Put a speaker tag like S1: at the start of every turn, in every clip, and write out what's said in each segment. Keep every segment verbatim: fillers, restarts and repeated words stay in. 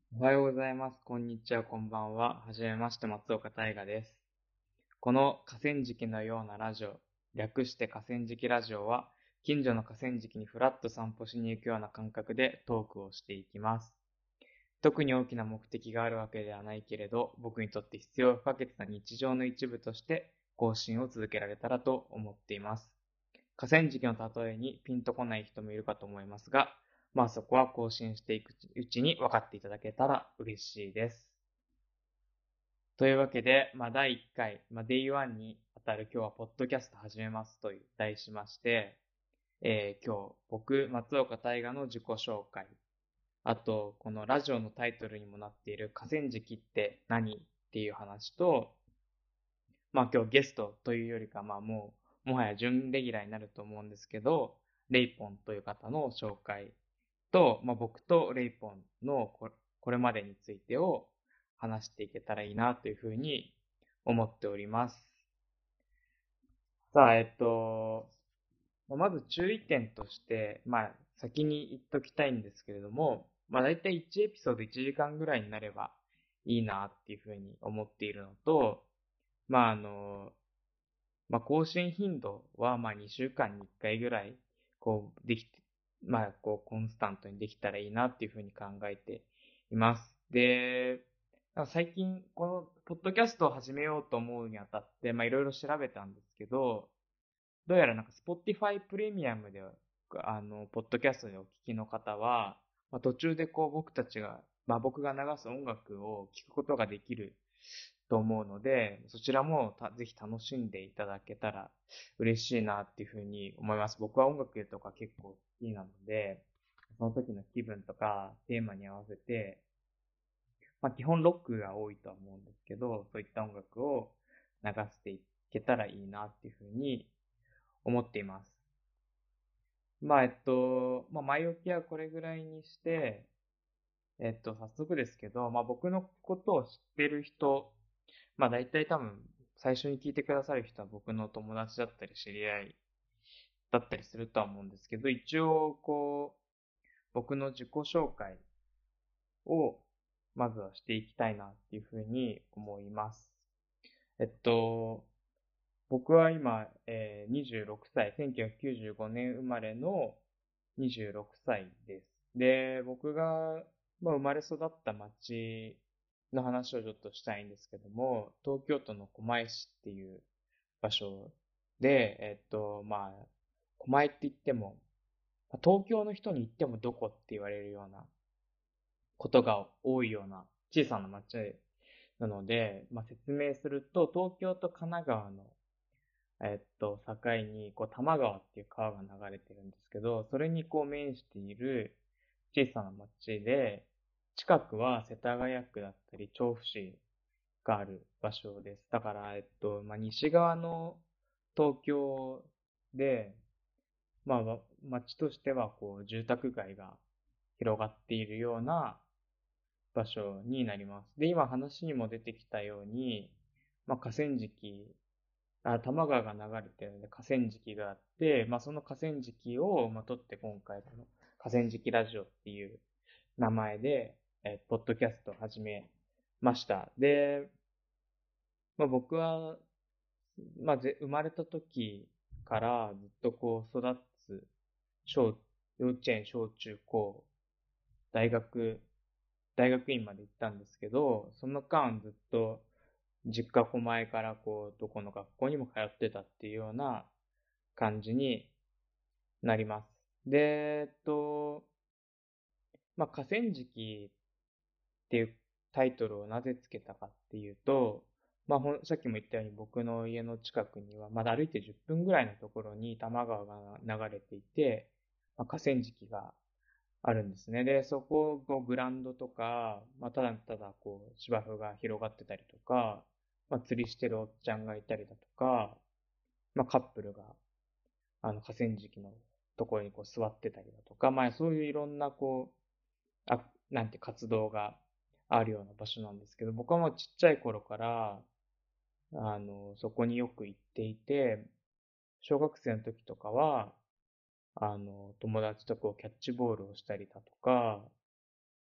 S1: おはようございます。こんにちは、こんばんは。はじめまして、松岡大河です。この河川敷のようなラジオ、略して河川敷ラジオは、近所の河川敷にふらっと散歩しに行くような感覚でトークをしていきます。特に大きな目的があるわけではないけれど、僕にとって必要不可欠な日常の一部として更新を続けられたらと思っています。河川敷の例えにピンとこない人もいるかと思いますが、まあそこは更新していくうちに分かっていただけたら嬉しいです。というわけで、まあ、だいいっかい、まあ、デイワン にあたる今日はポッドキャスト始めますという題しまして、えー今日僕、松岡大河の自己紹介、あと、このラジオのタイトルにもなっている河川敷って何っていう話と、まあ今日ゲストというよりか、まあもう、もはや準レギュラーになると思うんですけど、レイポンという方の紹介と、まあ僕とレイポンのここれまでについてを話していけたらいいなというふうに思っております。さあ、えっと、まず注意点として、まあ先に言っときたいんですけれども、まあ大体いちエピソードいちじかんぐらいになればいいなっていうふうに思っているのと、まああの、まあ、更新頻度は、まあ、にしゅうかんにいっかいぐらい、こう、できて、まあ、こう、コンスタントにできたらいいなっていうふうに考えています。で、最近、この、ポッドキャストを始めようと思うにあたって、まあ、いろいろ調べたんですけど、どうやらなんか、Spotify プレミアムで、あの、ポッドキャストでお聞きの方は、まあ、途中でこう、僕たちが、まあ、僕が流す音楽を聞くことができると思うので、そちらもぜひ楽しんでいただけたら嬉しいなっていうふうに思います。僕は音楽とか結構好きなので、その時の気分とかテーマに合わせて、まあ基本ロックが多いとは思うんですけど、そういった音楽を流していけたらいいなっていうふうに思っています。まあえっと、まあ前置きはこれぐらいにして、えっと、早速ですけど、まあ僕のことを知ってる人、まあ大体多分最初に聞いてくださる人は僕の友達だったり知り合いだったりするとは思うんですけど、一応こう、僕の自己紹介をまずはしていきたいなっていうふうに思います。えっと、僕は今、えー、にじゅうろくさい、せんきゅうひゃくきゅうじゅうごねん生まれのにじゅうろくさいです。で、僕が、まあ、生まれ育った町の話をちょっとしたいんですけども、東京都の狛江市っていう場所で、えっと、まあ、狛江って言っても、東京の人に言ってもどこって言われるようなことが多いような小さな町なので、まあ、説明すると、東京と神奈川のえっと、境に、こう、多摩川っていう川が流れてるんですけど、それにこう面している小さな町で、近くは世田谷区だったり、調布市がある場所です。だから、えっと、まあ、西側の東京で、まあ、町としては、こう、住宅街が広がっているような場所になります。で、今話にも出てきたように、まあ、河川敷あ、多摩川が流れてるので河川敷があって、まあその河川敷を、まあ、撮って今回この河川敷ラジオっていう名前で、えーポッドキャストを始めました。で、まあ僕は、まあぜ生まれた時からずっとこう育つ小、幼稚園、小中高、大学、大学院まで行ったんですけど、その間ずっと実家狛江からこう、どこの学校にも通ってたっていうような感じになります。で、えっと、まあ、河川敷っていうタイトルをなぜつけたかっていうと、まあ、ほんさっきも言ったように僕の家の近くには、まだ歩いてじゅっぷんぐらいのところに多摩川が流れていて、まあ、河川敷があるんですね。で、そこのグラウンドとか、まあ、ただただこう芝生が広がってたりとか、まあ、釣りしてるおっちゃんがいたりだとか、まあ、カップルがあの河川敷のところにこう座ってたりだとか、まあそういういろんなこう、あ、なんて活動があるような場所なんですけど、僕はもうちっちゃい頃から、あの、そこによく行っていて、小学生の時とかは、あの、友達とこうキャッチボールをしたりだとか、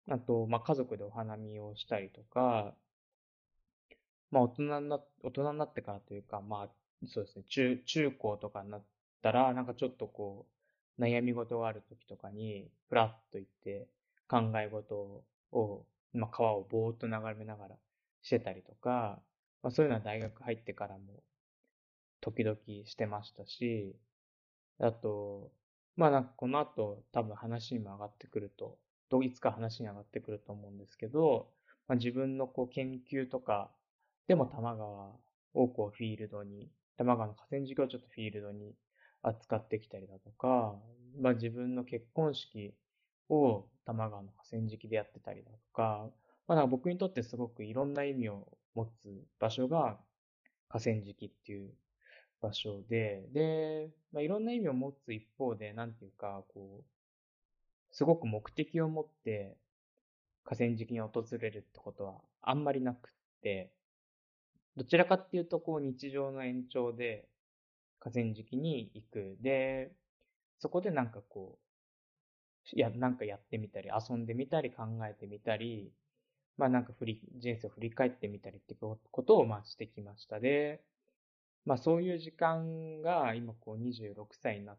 S1: あと、まあ、家族でお花見をしたりとか、まあ、大人にな、大人になってからというか、まあ、そうですね、中、中高とかになったら、なんかちょっとこう、悩み事がある時とかに、ふらっと行って、考え事を、まあ、川をぼーっと眺めながらしてたりとか、まあ、そういうのは大学入ってからも、時々してましたし、あと、まあなんかこの後多分話にも上がってくると、どいつか話に上がってくると思うんですけど、まあ、自分のこう研究とかでも多摩川をこうフィールドに、多摩川の河川敷をちょっとフィールドに扱ってきたりだとか、まあ自分の結婚式を多摩川の河川敷でやってたりだとか、まあなんか僕にとってすごくいろんな意味を持つ場所が河川敷っていう場所で、で、まあ、いろんな意味を持つ一方で、なんていうか、こう、すごく目的を持って河川敷に訪れるってことはあんまりなくって、どちらかっていうと、こう、日常の延長で河川敷に行く。で、そこでなんかこう、いや、なんかやってみたり、遊んでみたり、考えてみたり、まあなんか振り、人生を振り返ってみたりってことをまあしてきました。で、まあそういう時間が今こうにじゅうろくさいになって、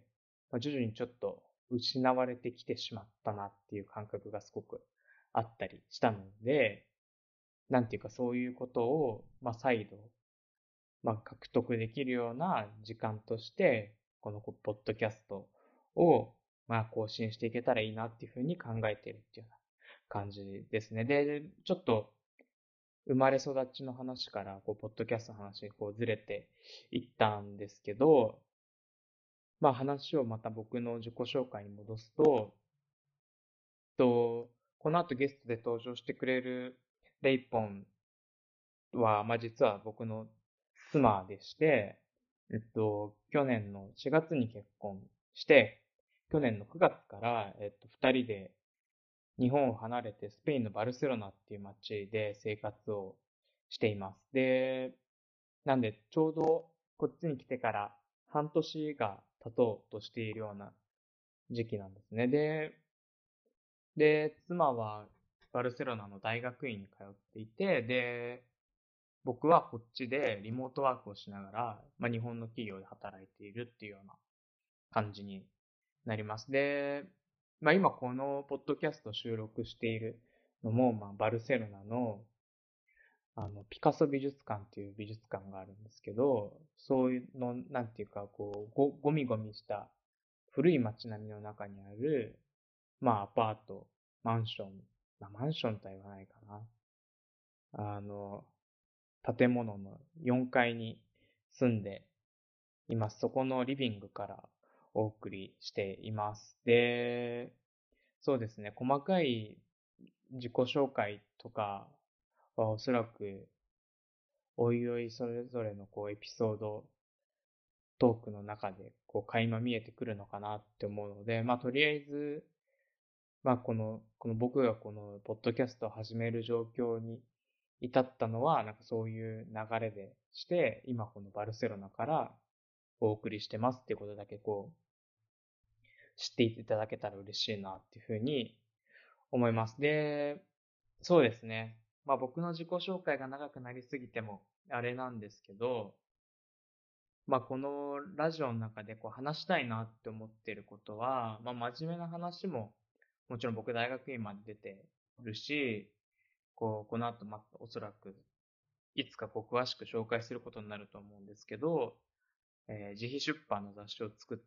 S1: まあ、徐々にちょっと失われてきてしまったなっていう感覚がすごくあったりしたので、なんていうかそういうことを、まあ再度、まあ獲得できるような時間として、このポッドキャストを、まあ更新していけたらいいなっていうふうに考えているっていうような感じですね。で、ちょっと生まれ育ちの話から、こう、ポッドキャストの話にこうずれていったんですけど、まあ話をまた僕の自己紹介に戻すと、と、この後ゲストで登場してくれるレイポンは、まあ実は僕の妻でして、えっと、去年のしがつに結婚して、去年のくがつから、えっと、二人で日本を離れてスペインのバルセロナっていう街で生活をしています。で、なんで、ちょうどこっちに来てから半年が経とうとしているような時期なんですね。で、で、妻はバルセロナの大学院に通っていて、で、僕はこっちでリモートワークをしながら、まあ、日本の企業で働いているっていうような感じになります。で、まあ、今このポッドキャストを収録しているのも、まあ、バルセロナのあの、ピカソ美術館っていう美術館があるんですけど、そういうの、なんていうか、こう、ご、ゴミゴミした古い街並みの中にある、まあ、アパート、マンション、まあ、マンションとは言わないかな。あの、建物のよんかいに住んでいます。そこのリビングからお送りしています。で、そうですね、細かい自己紹介とかはおそらくおいおいそれぞれのこうエピソードトークの中でこう垣間見えてくるのかなって思うので、まあとりあえず、まあこの、この僕がこのポッドキャストを始める状況に至ったのは、なんかそういう流れでして、今このバルセロナからお送りしてますっていうことだけこう知っていただけたら嬉しいなっていうふうに思います。で、そうですね。まあ僕の自己紹介が長くなりすぎてもあれなんですけど、まあ、このラジオの中でこう話したいなって思ってることは、まあ、真面目な話も、もちろん僕大学院まで出てるし、こう、この後またおそらく、いつかこう詳しく紹介することになると思うんですけど、えー自費出版の雑誌を作って、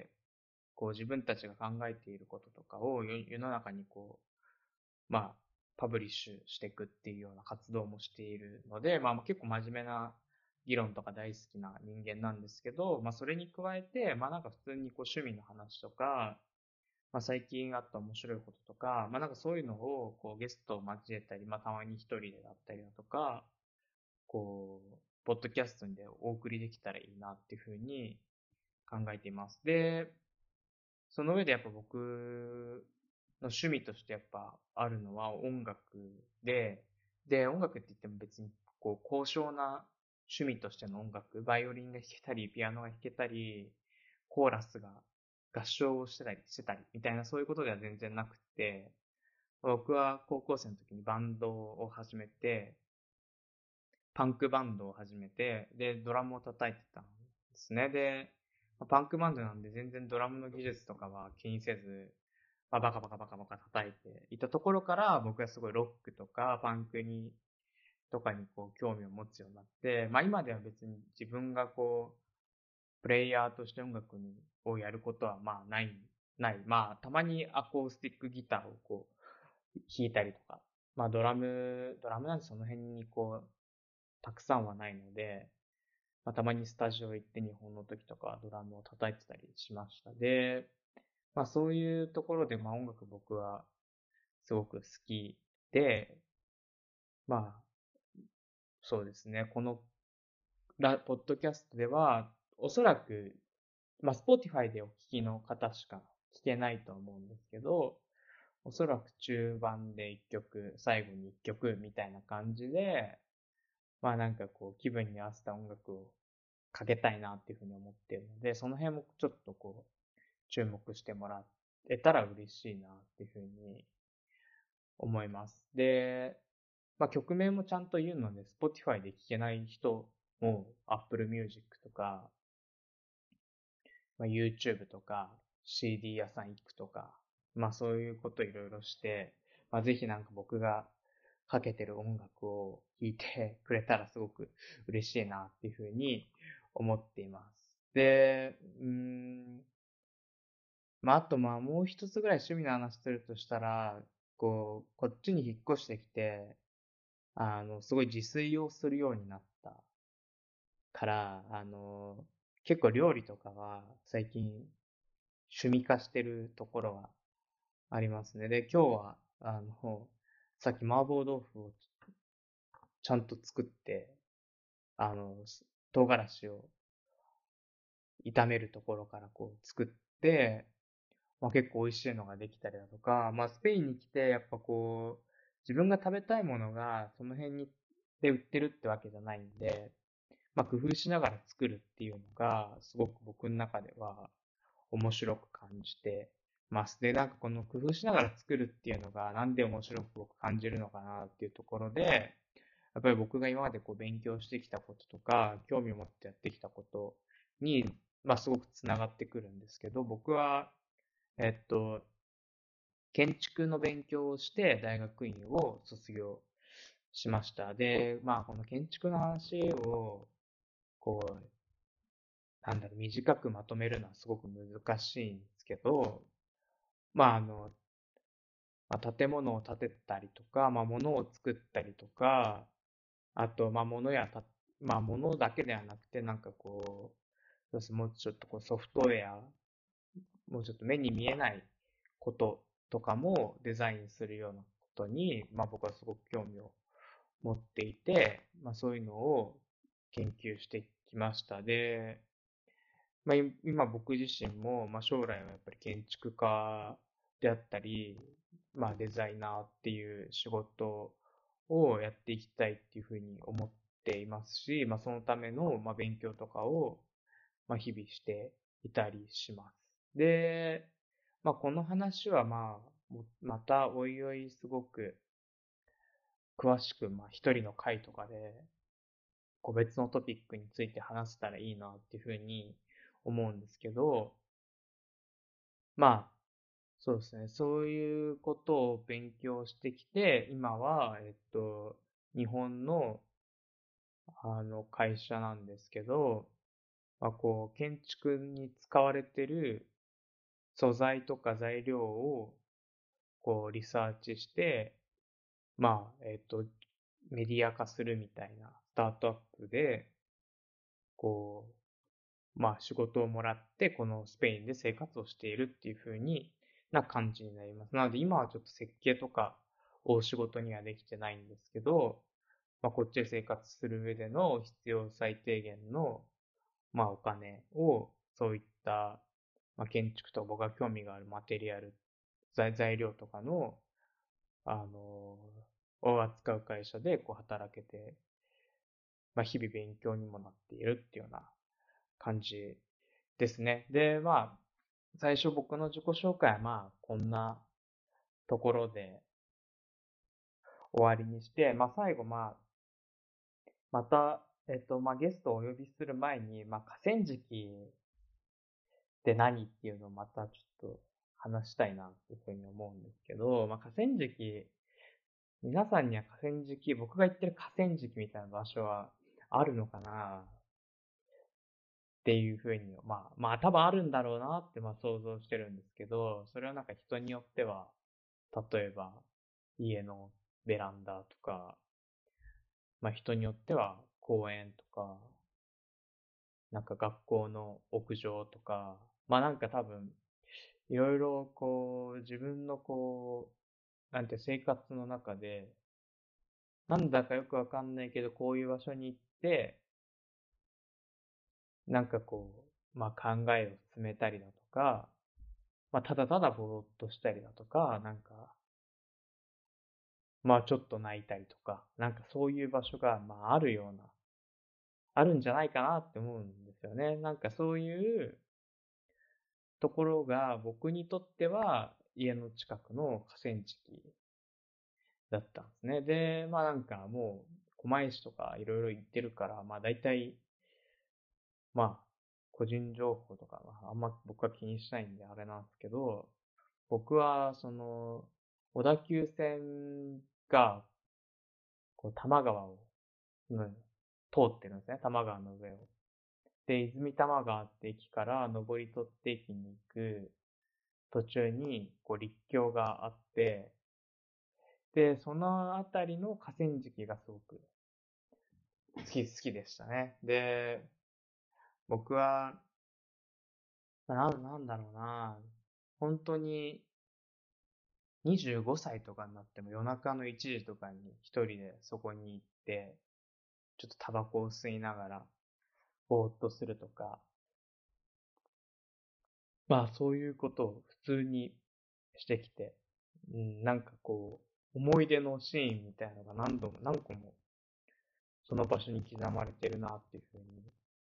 S1: こう自分たちが考えていることとかを世世の中にこう、まあ、パブリッシュしていくっていうような活動もしているので、まあ結構真面目な議論とか大好きな人間なんですけど、まあそれに加えて、まあなんか普通にこう趣味の話とか、まあ最近あった面白いこととか、まあなんかそういうのをこうゲストを交えたり、まあたまに一人でだったりだとか、こう、ポッドキャストでお送りできたらいいなっていうふうに考えています。で、その上でやっぱ僕の趣味としてやっぱあるのは音楽で、で、音楽って言っても別にこう高尚な趣味としての音楽、バイオリンが弾けたり、ピアノが弾けたり、コーラスが合唱をしてたりしてたり、みたいなそういうことでは全然なくて、 僕は高校生の時にバンドを始めて、パンクバンドを始めて、で、ドラムを叩いてたんですね。で、まあパンクバンドなんで全然ドラムの技術とかは気にせず、まあ、バカバカバカバカ叩いていたところから、僕はすごいロックとかパンクに、とかにこう興味を持つようになって、まあ今では別に自分がこう、プレイヤーとして音楽にをやることはまあない、ない。まあたまにアコースティックギターをこう弾いたりとか、まあドラム、ドラムなんてその辺にこう、たくさんはないので、まあたまにスタジオ行って日本の時とかドラムを叩いてたりしました。で、まあそういうところでまあ音楽僕はすごく好きで、まあそうですね、このラ、ポッドキャストでは、おそらく、まあ、Spotify でお聞きの方しか聞けないと思うんですけど、おそらく中盤でいっきょく、最後にいっきょくみたいな感じで、まあなんかこう気分に合わせた音楽をかけたいなっていうふうに思っているので、その辺もちょっとこう注目してもらえたら嬉しいなっていうふうに思います。で、まあ曲名もちゃんと言うので、Spotify で聴けない人も Apple Music とか、まあ、YouTube とか シーディー 屋さん行くとか、まあそういうこといろいろして、まあぜひなんか僕がかけてる音楽を聴いてくれたらすごく嬉しいなっていうふうに思っています。で、うーん、まああとまあもう一つぐらい趣味の話するとしたら、こう、こっちに引っ越してきて、あの、すごい自炊をするようになったから、あの、結構料理とかは最近趣味化してるところがありますね。で、今日は、あの、さっき麻婆豆腐をちゃんと作って、あの、唐辛子を炒めるところからこう作って、まあ、結構美味しいのができたりだとか、まあ、スペインに来て、やっぱこう、自分が食べたいものがその辺にで売ってるってわけじゃないんで、まあ、工夫しながら作るっていうのが、すごく僕の中では面白く感じてます。で、なんかこの工夫しながら作るっていうのが、なんで面白く僕感じるのかなっていうところで、やっぱり僕が今までこう勉強してきたこととか、興味を持ってやってきたことに、まあすごくつながってくるんですけど、僕は、えっと、建築の勉強をして大学院を卒業しました。で、まあこの建築の話を、こう、なんだろう、短くまとめるのはすごく難しいんですけど、まああの、まあ、建物を建てたりとか、まあ物を作ったりとか、あと、まあ物やた、まあ物だけではなくて、なんかこう、そうです、もうちょっとこうソフトウェア、もうちょっと目に見えないこととかもデザインするようなことに、まあ僕はすごく興味を持っていて、まあそういうのを研究してきました。で、まあ今僕自身も、まあ将来はやっぱり建築家であったり、まあデザイナーっていう仕事をやっていきたいっていうふうに思っていますし、まあそのための、まあ、勉強とかを、まあ日々していたりします。で、まあこの話はまあ、またおいおいすごく詳しく、まあ一人の回とかで、個別のトピックについて話せたらいいなっていうふうに思うんですけど、まあ、そうですね。そういうことを勉強してきて、今は、えっと、日本の、あの、会社なんですけど、まあ、こう、建築に使われてる素材とか材料を、こう、リサーチして、まあ、えっと、メディア化するみたいなスタートアップで、こう、まあ仕事をもらって、このスペインで生活をしているっていう風にな感じになります。なので今はちょっと設計とかを仕事にはできてないんですけど、まあこっちで生活する上での必要最低限の、まあお金を、そういった、まあ建築とか僕が興味があるマテリアル、材材料とかの、あの、を扱う会社でこう働けて、まあ日々勉強にもなっているっていうような感じですね。で、まあ、最初僕の自己紹介はまあ、こんなところで、 終わりにして、まあ最後、まあ、また、えっと、まあゲストをお呼びする前に、まあ河川敷って何っていうのをまたちょっと話したいなっていうふうに思うんですけど、まあ河川敷、皆さんには河川敷、僕が言ってる河川敷みたいな場所はあるのかなっていうふうに、まあ、まあ多分あるんだろうなってまあ想像してるんですけど、それはなんか人によっては、例えば家のベランダとか、まあ人によっては公園とか、なんか学校の屋上とか、まあなんか多分、いろいろこう、自分のこう、なんて生活の中で、なんだかよくわかんないけど、こういう場所に行って、なんかこう、まあ考えを進めたりだとか、まあただただぼーっとしたりだとか、なんか、まあちょっと泣いたりとか、なんかそういう場所が、まああるような、あるんじゃないかなって思うんですよね。なんかそういうところが僕にとっては家の近くの河川敷だったんですね。で、まあなんかもう、狛江市とかいろいろ行ってるから、まあ大体、まあ、個人情報とかはあんま僕は気にしないんであれなんですけど、僕はその、小田急線が、こう、多摩川を、うん、通ってるんですね。多摩川の上を。で、泉多摩川って駅から登り取って駅に行く途中に、こう、陸橋があって、で、そのあたりの河川敷がすごく好き、好きでしたね。で、僕は、な、なんだろうな、本当ににじゅうごさいとかになっても夜中のいちじとかに一人でそこに行って、ちょっとタバコを吸いながら、ぼーっとするとか、まあそういうことを普通にしてきて、うん、なんかこう、思い出のシーンみたいなのが何度も何個もその場所に刻まれてるなっていうふうに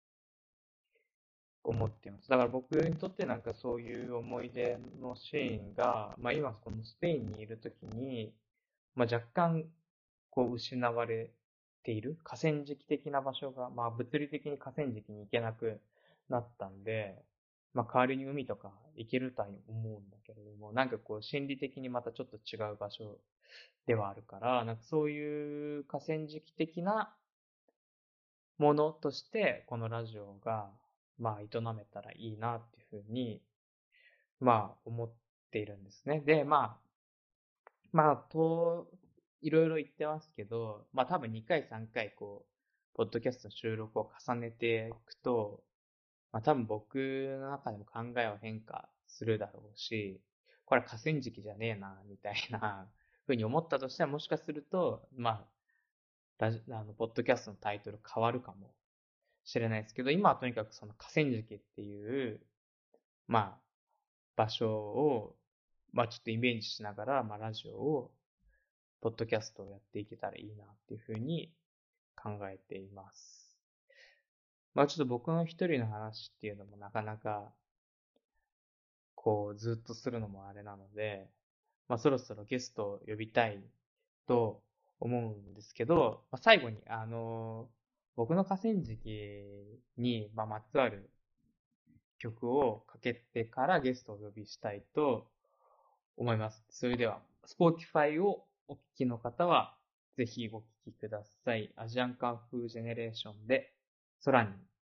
S1: 思っています。だから僕にとってなんかそういう思い出のシーンが、まあ今このスペインにいるときに、まあ若干こう失われている河川敷的な場所が、まあ物理的に河川敷に行けなくなったんで、まあ代わりに海とか行けるとは思うんだけれども、なんかこう心理的にまたちょっと違う場所ではあるから、なんかそういう河川敷的なものとして、このラジオが、まあ、営めたらいいなっていうふうに、まあ、思っているんですね。で、まあ、まあ、と、いろいろ言ってますけど、まあ多分にかいさんかいこう、ポッドキャストの収録を重ねていくと、まあ多分僕の中でも考えは変化するだろうし、これは河川敷じゃねえな、みたいなふうに思ったとしては、もしかすると、まあ、ラジあの、ポッドキャストのタイトル変わるかもしれないですけど、今はとにかくその河川敷っていう、まあ、場所を、まあちょっとイメージしながら、まあラジオを、ポッドキャストをやっていけたらいいなっていうふうに考えています。まあちょっと僕の一人の話っていうのもなかなか、こう、ずっとするのもあれなので、まあそろそろゲストを呼びたいと思うんですけど、まあ、最後に、あの僕の河川敷に、まあ、まつわる曲をかけてからゲストをお呼びしたいと思います。それでは、Spotify をお聞きの方は、ぜひお聞きください。アジアンカンフージェネレーションで、空に。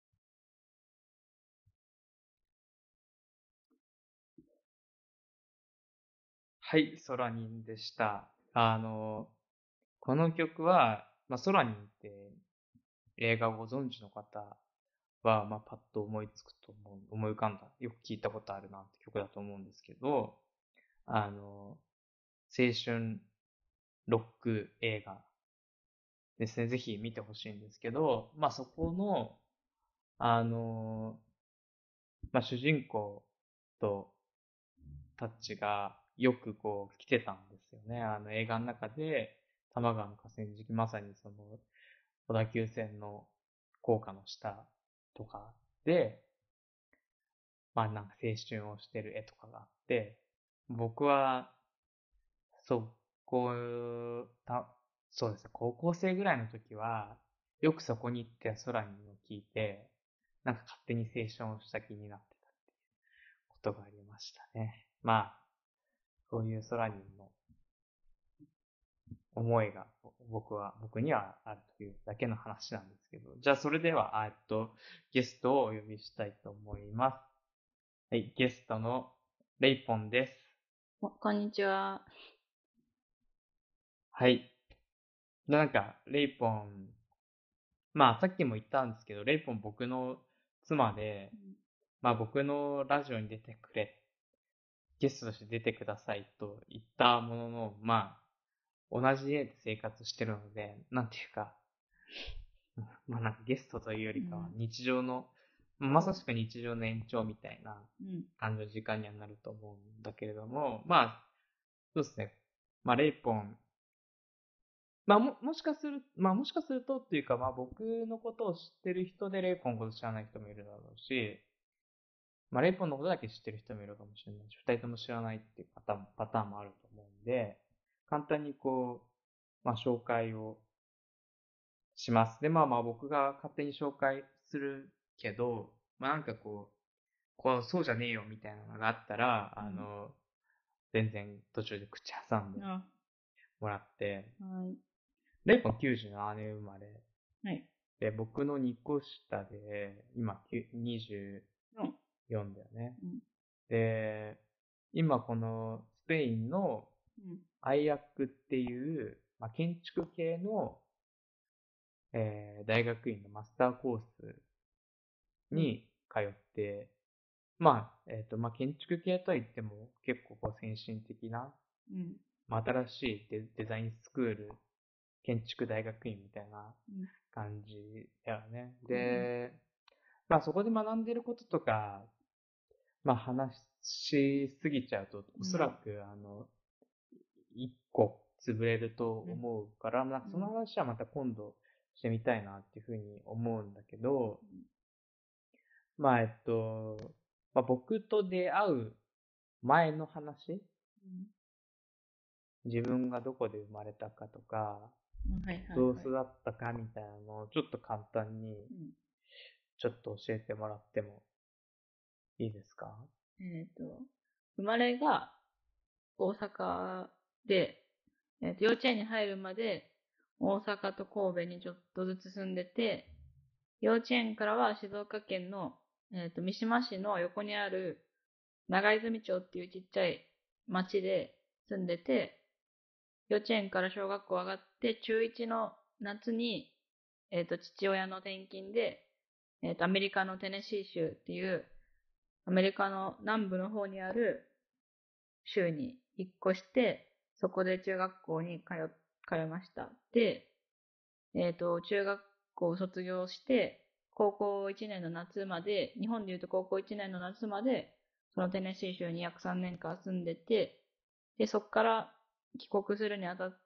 S1: はい、空にでした。あの、この曲は、まあ、空にって映画をご存知の方は、まあ、パッと思いつくと思う、思い浮かんだ、よく聞いたことあるなって曲だと思うんですけど、あの、青春ロック映画ですね。ぜひ見てほしいんですけど、まあそこの、あの、まあ主人公とたちがよくこう来てたんですよね。あの映画の中で、多摩川の河川敷、まさにその、小田急線の高架の下とかで、まあなんか青春をしてる絵とかがあって、僕は、そこ、た、 そうですね、高校生ぐらいの時は、よくそこに行って空にを聞いて、なんか勝手に青春をした気になってたっていうことがありましたね。まあ、そういう空にの思いが僕は、僕にはあるというだけの話なんですけど、じゃあそれでは、えっと、ゲストをお呼びしたいと思います。はい、ゲストのレイポンです。
S2: ここんにちは。
S1: はい。なんか、レイポン、まあさっきも言ったんですけど、レイポン僕の妻で、まあ僕のラジオに出てくれ、ゲストとして出てくださいと言ったものの、まあ、同じ家で生活してるので、なんていうか、まあなんかゲストというよりかは
S2: うん。
S1: 日常の、まさしく日常の延長みたいな
S2: うん。
S1: 感じの時間にはなると思うんだけれども、まあ、そうですね。まあレイポン、まあも、もしかする、まあもしかするとっていうか、まあ僕のことを知ってる人でレイポンのこと知らない人もいるだろうし、まあレイポンのことだけ知ってる人もいるかもしれないし、二人とも知らないっていうパターン、パターンもあると思うんで、簡単にこう、まあ紹介をします。で、まあまあ僕が勝手に紹介するけど、まあなんかこう、こう、そうじゃねえよみたいなのがあったら、
S2: うん。
S1: あの、全然途中で口挟んで
S2: あ、
S1: もらって、
S2: はい。
S1: レイポンきゅうじゅうななねん生まれ
S2: はい。
S1: で、僕のにこ下で、今にじゅ
S2: うん。
S1: うよんだよね。
S2: うん。
S1: で、今このスペインの
S2: うん。
S1: アイアックっていう、まあ、建築系の、えー大学院のマスターコース
S2: うん。
S1: に通って、まあ、えっ、と、まあ、建築系とは言っても結構こう先進的な、
S2: うん。
S1: まあ、新しいデデザインスクール、建築大学院みたいな
S2: うん。
S1: 感じだよね。
S2: うん。
S1: で、まあそこで学んでることとか、まあ話しすぎちゃうと、おそらくあの、一個潰れると
S2: うん。
S1: 思うから、なんかその話はまた今度してみたいなっていうふうに思うんだけど、まあえっと、まあ僕と出会う前の話、自分がどこで生まれたかとか、
S2: うん。はいはいはい。
S1: どう育ったかみたいなのをちょっと簡単に
S2: うん。
S1: ちょっと教えてもらってもいいですか？
S2: えっと、生まれが大阪で、えっと、幼稚園に入るまで大阪と神戸にちょっとずつ住んでて、幼稚園からは静岡県の、えっと、三島市の横にある長泉町っていうちっちゃい町で住んでて、幼稚園から小学校上がって、中いちの夏に、えっ、と、父親の転勤で、えっ、と、アメリカのテネシー州っていう、アメリカの南部の方にある州に引っ越して、そこで中学校に通、通いました。で、えっ、と、中学校を卒業して、高校いちねんの夏まで、日本でいうと高校いちねんの夏まで、そのテネシー州に約さんねんかん住んでて、で、そこから帰国するにあたって、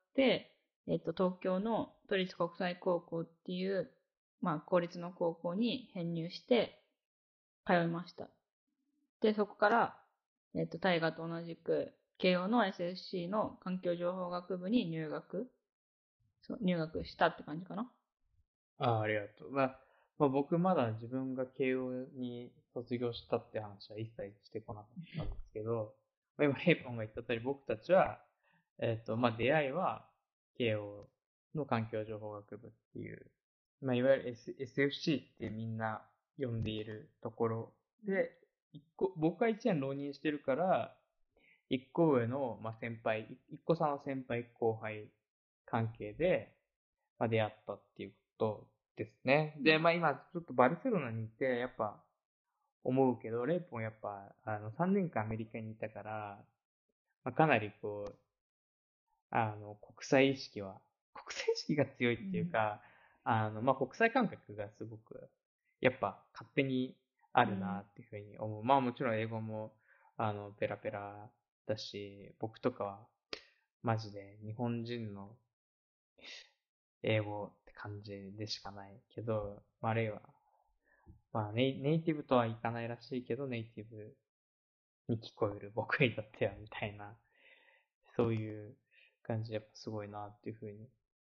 S2: えっと、東京の都立国際高校っていう、まあ、公立の高校に編入して通いました。で、そこから、えっと、大河と同じく、慶応の エスエスシー の環境情報学部に入学、そう、入学したって感じかな。
S1: ああ、ありがとう。まあ、まあ、僕まだ自分が慶応に卒業したって話は一切してこなかったんですけど、まあ、今、ヘイポンが言った通り僕たちは、えっと、まあ、出会いは慶応の環境情報学部っていう、まあ、いわゆる、S、エスエフシー ってみんな呼んでいるところで、一個、僕が一年浪人してるから、一個上の、まあ、先輩、一個差の先輩後輩関係で、まあ、出会ったっていうことですね。で、まあ今ちょっとバルセロナにいて、やっぱ思うけど、レイポンやっぱ、あの、さんねんかんアメリカにいたから、まあ、かなりこう、あの、国際意識は、国際意識が強いっていう
S2: うん。
S1: か、あの、まあ国際感覚がすごく、やっぱ勝手にあるな
S2: うん。
S1: っていうふうに思う。まあもちろん英語も、あの、ペラペラだし、僕とかは、マジで日本人の英語って感じでしかないけど、まあ、あるいは、まあネイ、ネイティブとはいかないらしいけど、ネイティブに聞こえる僕にとっては、みたいな、そういう感じでやっぱすごいなっていうふうに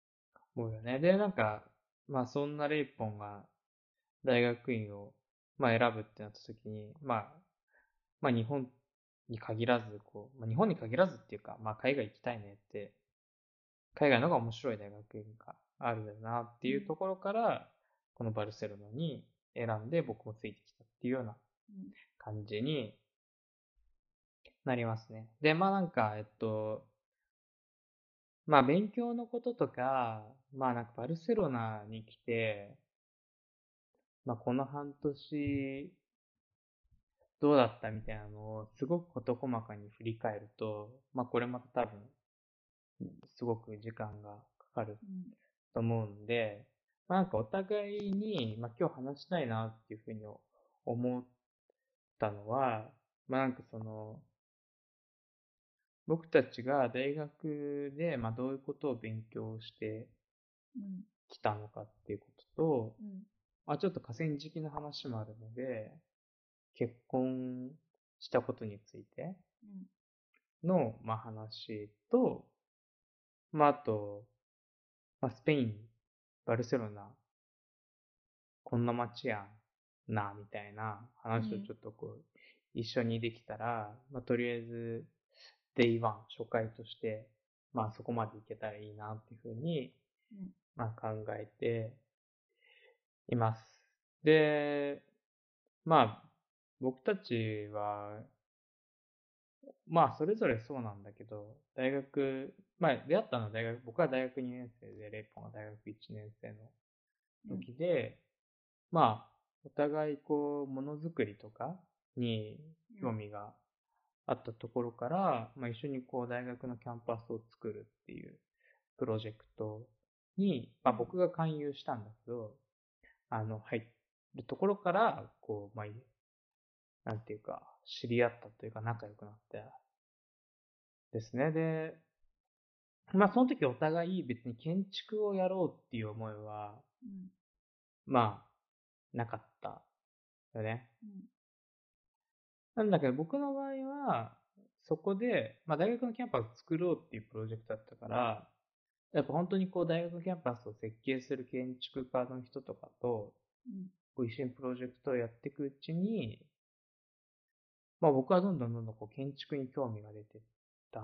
S1: 思うよね。で、なんか、まあそんなレイポンが大学院を、まあ選ぶってなった時に、まあ、まあ日本に限らず、こう、まあ日本に限らずっていうか、まあ海外行きたいねって、海外の方が面白い大学院があるよなっていうところから、このバルセロナに選んで僕もついてきたっていうような感じになりますね。で、まあなんか、えっと、まあ勉強のこととか、まあなんかバルセロナに来て、まあこの半年どうだったみたいなのをすごく事細かに振り返ると、まあこれまた多分すごく時間がかかると思うんで、まあなんかお互いに、まあ今日話したいなっていうふうに思ったのは、まあなんかその、僕たちが大学で、まあどういうことを勉強してきたのかっていうことと、まあちょっと河川敷の話もあるので、結婚したことについての、まあ話と、まああと、まあスペイン、バルセロナ、こんな街やんな、みたいな話をちょっとこう、一緒にできたら、まあとりあえず、デイワン、初回として、まあそこまでいけたらいいなっていうふうに、まあ考えています。で、まあ、僕たちは、まあそれぞれそうなんだけど、大学、まあ出会ったのは大学、僕は大学にねん生で、レイポンが大学いちねん生の時で、まあ、お互いこう、ものづくりとかに興味があったところから、まあ一緒にこう大学のキャンパスを作るっていうプロジェクトに、まあ僕が勧誘したんだけど、あの、入るところから、こう、まあ、なんていうか、知り合ったというか仲良くなってですね。で、まあその時お互い別に建築をやろうっていう思いは、まあ、なかったよね。なんだけど僕の場合は、そこで、まあ大学のキャンパスを作ろうっていうプロジェクトだったから、やっぱ本当にこう大学キャンパスを設計する建築家の人とかと、こう一緒にプロジェクトをやっていくうちに、まあ僕はどんどんどんどんこう建築に興味が出てった。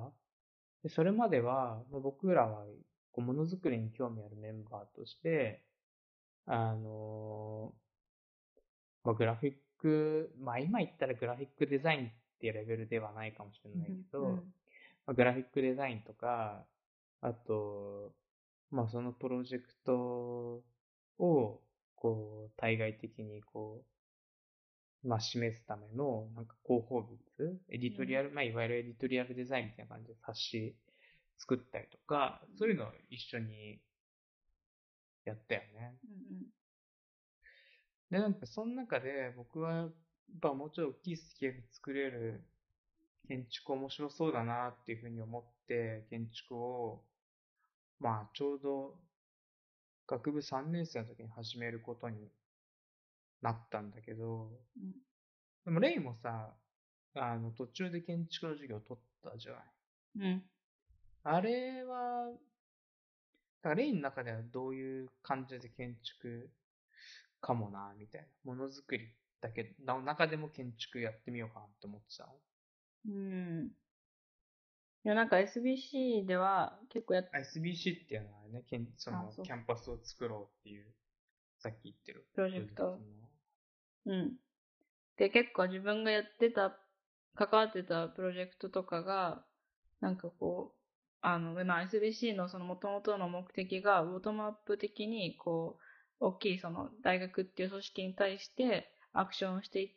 S1: で、それまでは、まあ、僕らはこうものづくりに興味あるメンバーとして、あのまあ、グラフィック、まあ今言ったらグラフィックデザインっていうレベルではないかもしれないけど、まあ、グラフィックデザインとか、あと、まあそのプロジェクトを、こう、対外的にこう、まあ示すための、なんか広報物、エディトリアル、まあいわゆるエディトリアルデザインみたいな感じで冊子作ったりとか、そういうのを一緒にやったよね。で、なんかその中で僕は、やっぱもうちょい大きいスケールで作れる建築面白そうだなっていうふうに思って、建築を、まあちょうど学部さんねん生の時に始めることになったんだけど、でもレイもさ、あの途中で建築の授業を取ったじゃない。あれは、だからレイの中ではどういう感じで建築かもな、みたいな。ものづくりだけど、中でも建築やってみようかなって思ってたの。
S2: うん。いや、なんか エスビーシー では結構やっ、
S1: エスビーシー っていうのはね、そのキャンパスを作ろうっていう、さっき言ってる
S2: プロジェクト。うん。で、結構自分がやってた、関わってたプロジェクトとかが、なんかこう、あの、まあ、エスビーシー のその元々の目的が、ボトムアップ的に、こう、大きいその大学っていう組織に対してアクションしていって、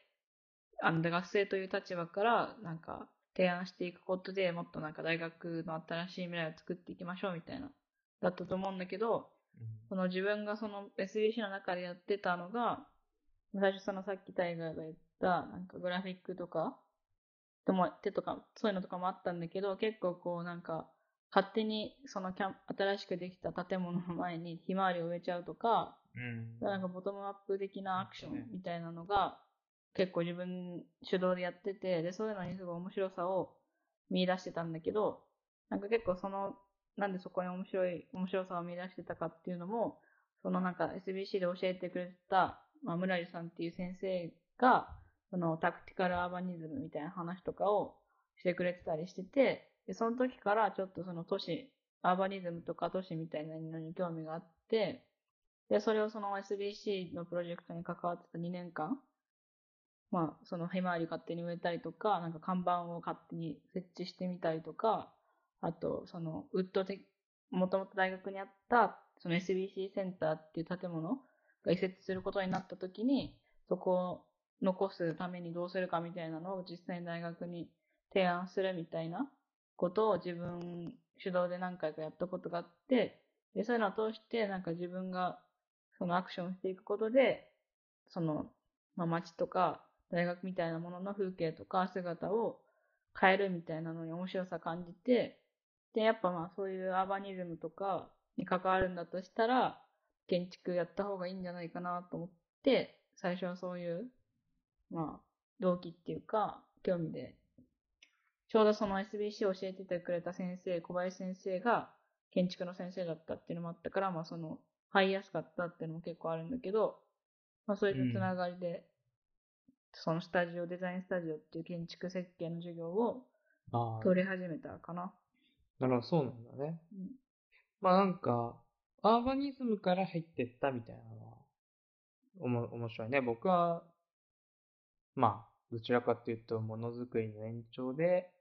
S2: あの、学生という立場から、なんか、提案していくことでもっとなんか大学の新しい未来を作っていきましょうみたいな、だったと思うんだけど、うん、その自分がその エスビーシー の中でやってたのが、最初そのさっきタイガーが言った、なんかグラフィックとか、とも、手とか、そういうのとかもあったんだけど、結構こうなんか、勝手にそのキャン新しくできた建物の前にひまわりを植えちゃうとか、うん、なんかボトムアップ的なアクションみたいなのが、結構自分主導でやってて、で、そういうのにすごい面白さを見出してたんだけど、なんか結構そのなんでそこに面白い、面白さを見出してたかっていうのも、そのなんか エスビーシー で教えてくれた、まあ、村井さんっていう先生が、そのタクティカルアーバニズムみたいな話とかをしてくれてたりしてて、で、その時からちょっとその都市、アーバニズムとか都市みたいなのに興味があって、で、それをその エスビーシー のプロジェクトに関わってたにねんかん、まあ、そのひまわり勝手に植えたりとか、なんか看板を勝手に設置してみたりとか、あと、その、ウッドで、もともと大学にあった、その エスビーシー センターっていう建物が移設することになった時に、そこを残すためにどうするかみたいなのを実際に大学に提案するみたいなことを自分主導で何回かやったことがあって、で、そういうのを通してなんか自分がそのアクションしていくことで、その、まあ、街とか大学みたいなものの風景とか姿を変えるみたいなのに面白さ感じて、で、やっぱまあそういうアーバニズムとかに関わるんだとしたら、建築やった方がいいんじゃないかなと思って、最初はそういう、まあ、動機っていうか、興味で、ちょうどその エスビーシー を教えててくれた先生、小林先生が建築の先生だったっていうのもあったから、まあその、入りやすかったっていうのも結構あるんだけど、まあそういうつながりで、そのスタジオ、デザインスタジオっていう建築設計の授業を取り始めたかな。
S1: なるほど、そうなんだね。
S2: うん、
S1: まあなんか、アーバニズムから入ってったみたいなのは、おも、面白いね。僕は、まあ、どちらかというと、ものづくりの延長で、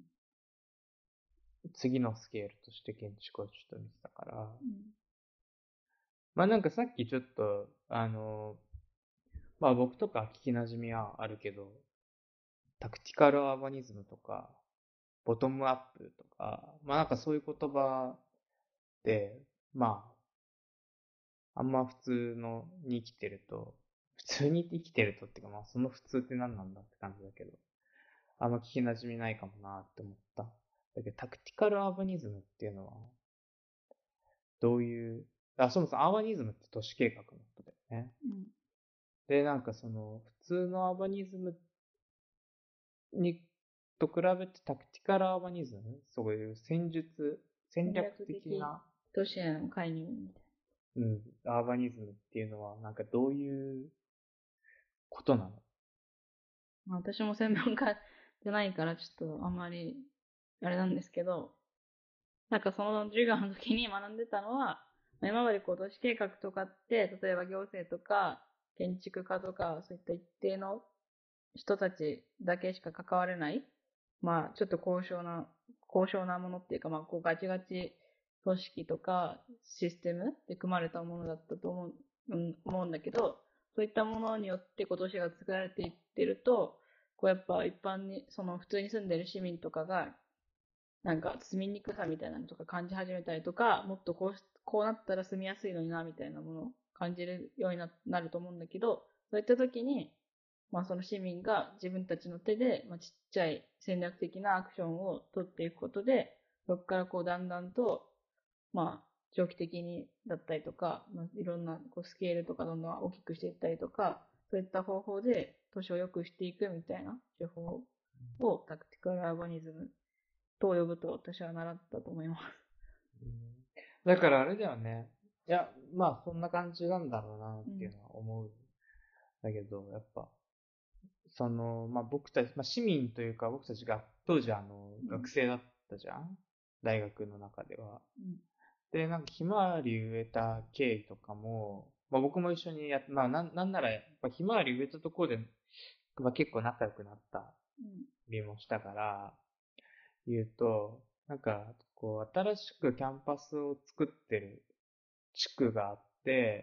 S1: 次のスケールとして建築をちょっと見てたから、
S2: うん、
S1: まあなんかさっきちょっと、あの、まあ僕とか聞き馴染みはあるけど、タクティカルアーバニズムとか、ボトムアップとか、まあなんかそういう言葉で、まあ、あんま普通のに生きてると、普通に生きてるとっていうかまあその普通って何なんだって感じだけど、あんま聞き馴染みないかもなって思った。だけどタクティカルアーバニズムっていうのは、どういう、あ、そもそもアーバニズムって都市計画のことだよね。
S2: うん、
S1: で、なんかその、普通のアーバニズムに、と比べてタクティカルアーバニズム、そういう戦術、戦略的な、
S2: 都市への介入みたい
S1: うん、アーバニズムっていうのは、なんかどういうことなの？
S2: な。まあ私も専門家じゃないからちょっとあんまりあれなんですけど、なんかその授業の時に学んでたのは、今までこう都市計画とかって、例えば行政とか建築家とかそういった一定の人たちだけしか関われない、まあちょっと高尚な、高尚なものっていうか、まあこうガチガチ組織とかシステムで組まれたものだったと思う、うん、思うんだけど、そういったものによって今年が作られていってると、こうやっぱ一般に、その普通に住んでる市民とかが、なんか住みにくさみたいなのとか感じ始めたりとか、もっとこうこうなったら住みやすいのにな、みたいなものを感じるようにななると思うんだけど、そういった時に、まあその市民が自分たちの手で、まあ、ちっちゃい戦略的なアクションを取っていくことで、そこからこうだんだんと、まあ長期的にだったりとか、まあ、いろんなこうスケールとかどんどん大きくしていったりとか、そういった方法で都市を良くしていくみたいな手法をタクティカルアーバニズムと呼ぶと私は習ったと思います。
S1: うん、だからあれだよね。いや、まあそんな感じなんだろうなっていうのは思う。だけど、やっぱ、その、まあ僕たち、まあ市民というか僕たちが、当時あの、学生だったじゃん、大学の中では。
S2: うん、
S1: で、なんかひまわり植えた経緯とかも、まあ僕も一緒にやっ、まあなん、なんなら、やっぱひまわり植えたところで、まあ結構仲良くなったりもしたから、言うと、なんか、こう、新しくキャンパスを作ってる地区があって、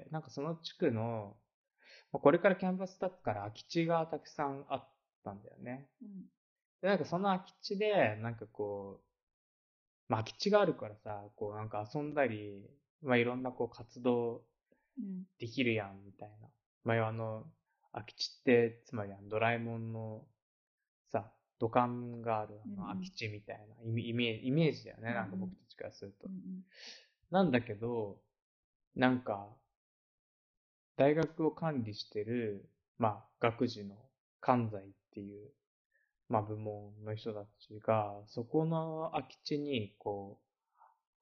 S1: なんかその地区の、まあこれからキャンパス立つから空き地がたくさんあったんだよね。
S2: うん、
S1: で、なんかその空き地で、なんかこう、まあ空き地があるからさ、こうなんか遊んだり、まあいろんなこう活動
S2: うん、
S1: できるやん、みたいな。まああの、空き地って、つまりあのドラえもんのさ、土管があるあの空き地みたいなイメイメージイメージだよね、なんか僕たちからすると。
S2: うん、
S1: なんだけど、なんか、大学を管理してる、まあ、学事の関西っていう、まあ、部門の人たちが、そこの空き地に、こう、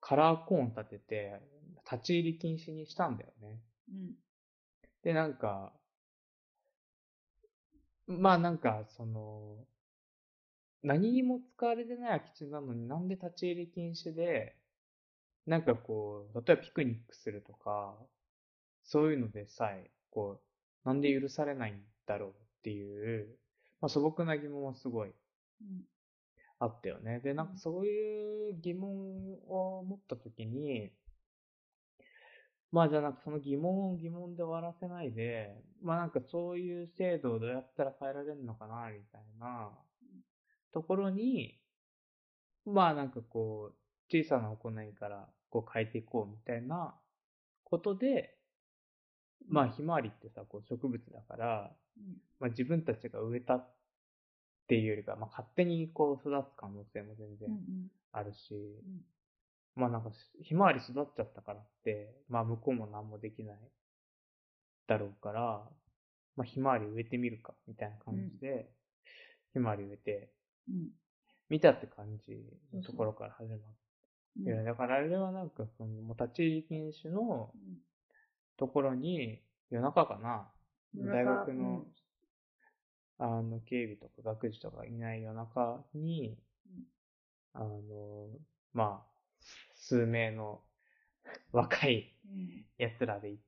S1: カラーコーン立てて、立ち入り禁止にしたんだよね。
S2: うん。
S1: で、なんか、まあなんか、その、何にも使われてない空き地なのになんで立ち入り禁止で、なんかこう、例えばピクニックするとか、そういうのでさえ、こう、なんで許されないんだろうっていう、まあ素朴な疑問はすごい
S2: うん。
S1: あったよね。で、なんかそういう疑問を持ったときに、まあじゃあなんかその疑問を疑問で終わらせないで、まあなんかそういう制度をどうやったら変えられるのかな、みたいなところに、まあなんかこう、小さな行いからこう変えていこうみたいなことで、まあひまわりってさ、こう植物だから、
S2: うん。
S1: まあ自分たちが植えたっていうよりか、まあ勝手にこう育つ可能性も全然
S2: うん。うん。
S1: あるし、
S2: うん。
S1: まあなんかひまわり育っちゃったからって、まあ向こうも何もできないだろうから、まあひまわり植えてみるか、みたいな感じで、ひまわり植えて
S2: うん。
S1: みたって感じ
S2: そうそう。
S1: のところから始まって、
S2: うん。
S1: だからあれはなんかその、もう立ち入り禁止の
S2: うん。
S1: ところに、夜中かな、大
S2: 夜中、うん。
S1: 学の、あの、警備とか学児とかいない夜中に、
S2: うん
S1: あの、まあ、数名の若い
S2: うん
S1: 奴らで行って、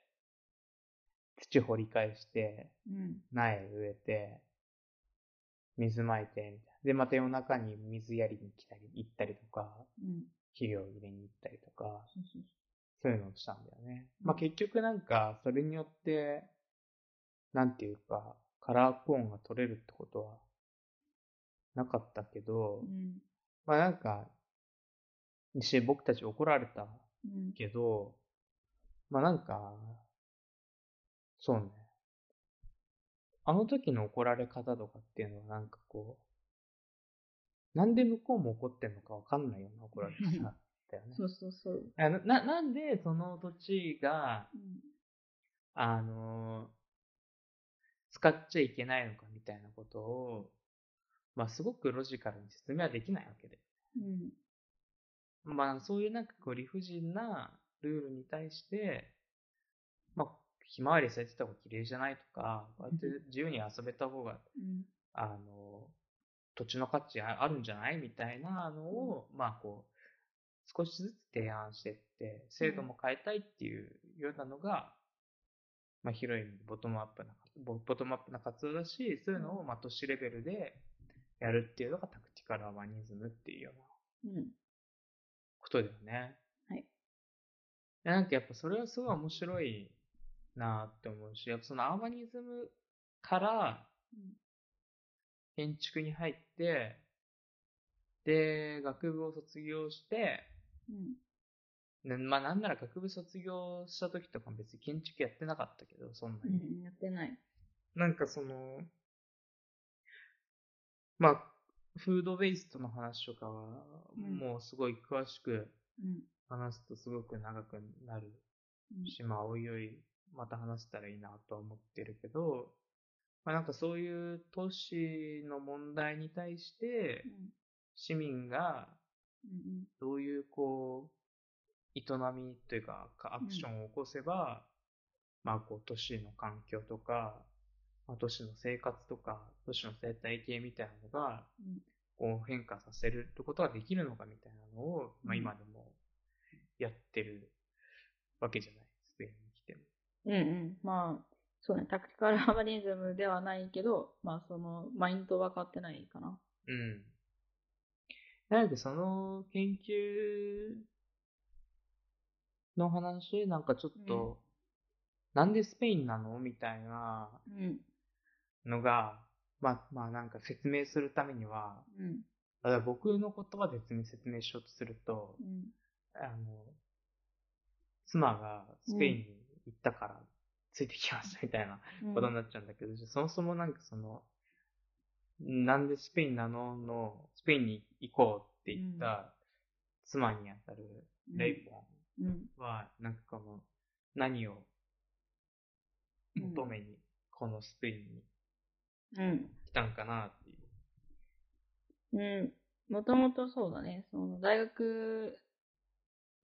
S1: 土掘り返して、
S2: うん
S1: 苗植えて、水まいて、みたいな。で、また夜中に水やりに来たり、行ったりとか、
S2: うん
S1: 肥料入れに行ったりとか、
S2: そうそう
S1: そういうのをしたんだよね。
S2: うん
S1: まあ結局なんか、それによって、なんていうか、カラーコーンが取れるってことはなかったけど、
S2: うん
S1: まあなんか、し、僕たち怒られた
S2: うん
S1: けど、まあなんか、そうね。あの時の怒られ方とかっていうのはなんかこう、なんで向こうも怒ってんのかわかんないような怒られ方だよね。
S2: そうそうそう。
S1: あのな、なんでその土地が、
S2: うん
S1: あの、使っちゃいけないのかみたいなことを、まあすごくロジカルに説明はできないわけで。
S2: うん
S1: まあそういうなんかこう理不尽なルールに対して、まあ、ひまわり咲いてた方が綺麗じゃないとか、こうやって自由に遊べた方が、
S2: うん
S1: あの、土地の価値あるんじゃないみたいなのを、まあこう、少しずつ提案していって、制度も変えたいっていうようなのが、まあ広い意味でボトムアップな、ボトムアップな活動だし、そういうのをまあ都市レベルでやるっていうのがタクティカルアバニズムっていうような
S2: うん
S1: ことだよね。
S2: はい。
S1: なんかやっぱそれはすごい面白いなって思うし、やっぱそのアーバニズムから
S2: うん
S1: 建築に入って、で、学部を卒業して、
S2: うん
S1: ね、まあなんなら学部卒業した時とかも別に建築やってなかったけど、そんなに。
S2: うんやってない。
S1: なんかその、まあ、フードベイストの話とかは、
S2: うん
S1: もうすごい詳しく
S2: うん
S1: 話すとすごく長くなる
S2: うん
S1: し、まあおいおいまた話せたらいいなとは思ってるけど、まあなんかそういう都市の問題に対して、
S2: うん
S1: 市民が
S2: うん
S1: どういうこう、営みというか、アクションを起こせば、まあこう都市の環境とか、まあ、都市の生活とか、都市の生態系みたいなのが、
S2: うん
S1: こう変化させるってことができるのかみたいなのを、まあ今でもやってるわけじゃない、スペインに来ても。
S2: うんうんまあ、そうね、タクティカルアバニズムではないけど、まあそのマインドは変わってないかな。
S1: うん。なのでその研究の話、なんかちょっ
S2: うん
S1: と、なんでスペインなのみたいな
S2: うん
S1: のが、まあ、まあなんか説明するためには、
S2: うん
S1: だから僕の言葉で説明しようとすると、
S2: うん
S1: あの、妻がスペインに行ったからついてきましたみたいな
S2: うん
S1: ことになっちゃうんだけど、そもそもなんかその、なんでスペインなのの、スペインに行こうって言った妻にあたるレイポ
S2: うん
S1: ンは、なんかこの、何を求めにこのスペインに
S2: うん
S1: 来たんかなっていう。
S2: うんもともとそうだね。その大学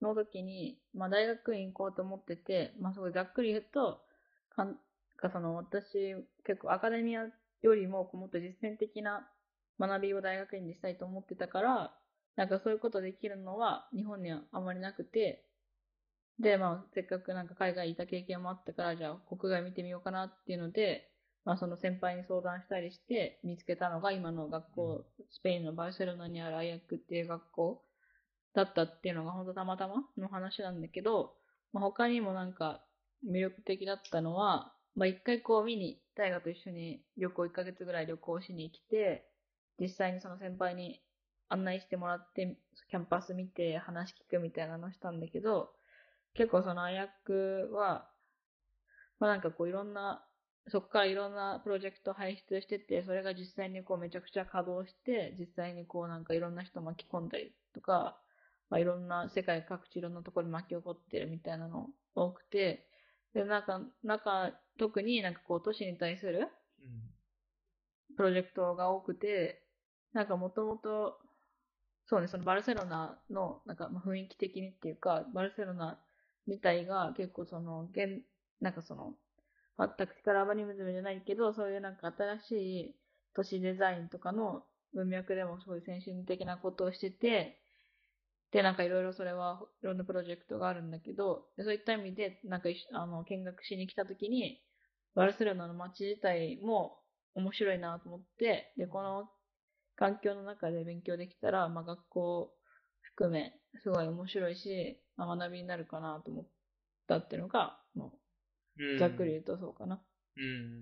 S2: の時に、まあ大学院行こうと思ってて、まあすごいざっくり言うと、かんかその私結構アカデミアよりももっと実践的な学びを大学院でしたいと思ってたから、なんかそういうことできるのは日本にはあまりなくて、で、まあせっかくなんか海外にいた経験もあったから、じゃあ国外見てみようかなっていうので、まあその先輩に相談したりして見つけたのが今の学校、スペインのバルセロナにあるアイアックっていう学校だったっていうのが本当たまたまの話なんだけど、まあ、他にもなんか魅力的だったのは、まあ一回こう見に、大河と一緒に旅行いっかげつぐらい旅行しに来て、実際にその先輩に案内してもらって、キャンパス見て話聞くみたいなのしたんだけど、結構そのアヤックは、まあなんかこういろんな、そこからいろんなプロジェクト輩出してて、それが実際にこうめちゃくちゃ稼働して、実際にこうなんかいろんな人巻き込んだりとか、まあいろんな世界各地いろんなところに巻き起こってるみたいなの多くて、で、なんか、なんか、特になんかこう都市に対するプロジェクトが多くて、なんかもともと、そうね、そのバルセロナのなんかまあ雰囲気的にっていうか、バルセロナ自体が結構その、現、なんかその、まあ、タクティカルアバニズムじゃないけど、そういうなんか新しい都市デザインとかの文脈でもすごい先進的なことをしてて、で、なんかいろいろそれはいろんなプロジェクトがあるんだけど、でそういった意味で、なんかあの見学しに来た時に、バルセロナの街自体も面白いなと思って、で、この環境の中で勉強できたら、まあ学校含め、すごい面白いし、まあ、学びになるかなと思ったっていうのが、もう、ざっくり言うとそうかな。
S1: うん。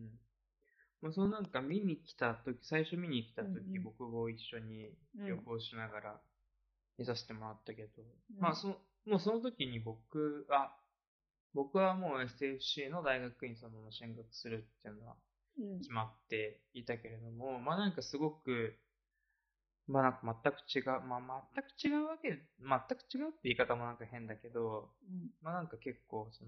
S1: まあ、そのなんか見に来た時、最初見に来た時、
S2: うんうん
S1: 僕も一緒に旅行しながら見させてもらったけど、
S2: うん
S1: まあその、もうその時に僕は、僕はもう エスエフシー の大学院そのまま進学するっていうのは
S2: うん
S1: 決まっていたけれども、まあなんかすごく、まあなんか全く違う、まあ全く違うわけ、全く違うって言い方もなんか変だけど、
S2: うん
S1: まあなんか結構その、